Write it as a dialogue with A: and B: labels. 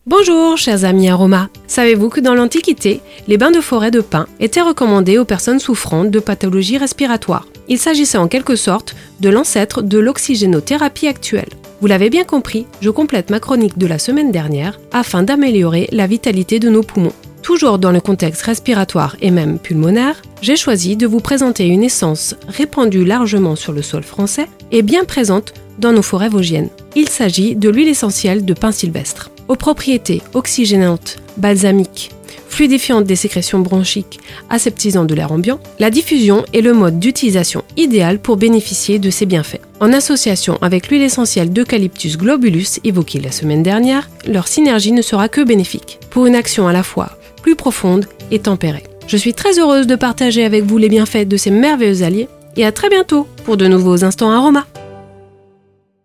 A: Bonjour chers amis aromas. Savez-vous que dans l'Antiquité, les bains de forêt de pin étaient recommandés aux personnes souffrant de pathologies respiratoires. Il s'agissait en quelque sorte de l'ancêtre de l'oxygénothérapie actuelle. Vous l'avez bien compris, je complète ma chronique de la semaine dernière afin d'améliorer la vitalité de nos poumons. Toujours dans le contexte respiratoire et même pulmonaire, j'ai choisi de vous présenter une essence répandue largement sur le sol français et bien présente dans nos forêts vosgiennes. Il s'agit de l'huile essentielle de pin sylvestre. Aux propriétés oxygénantes, balsamiques, fluidifiantes des sécrétions bronchiques, aseptisant de l'air ambiant, la diffusion est le mode d'utilisation idéal pour bénéficier de ces bienfaits. En association avec l'huile essentielle d'Eucalyptus globulus évoquée la semaine dernière, leur synergie ne sera que bénéfique, pour une action à la fois plus profonde et tempérée. Je suis très heureuse de partager avec vous les bienfaits de ces merveilleux alliés et à très bientôt pour de nouveaux instants aromas.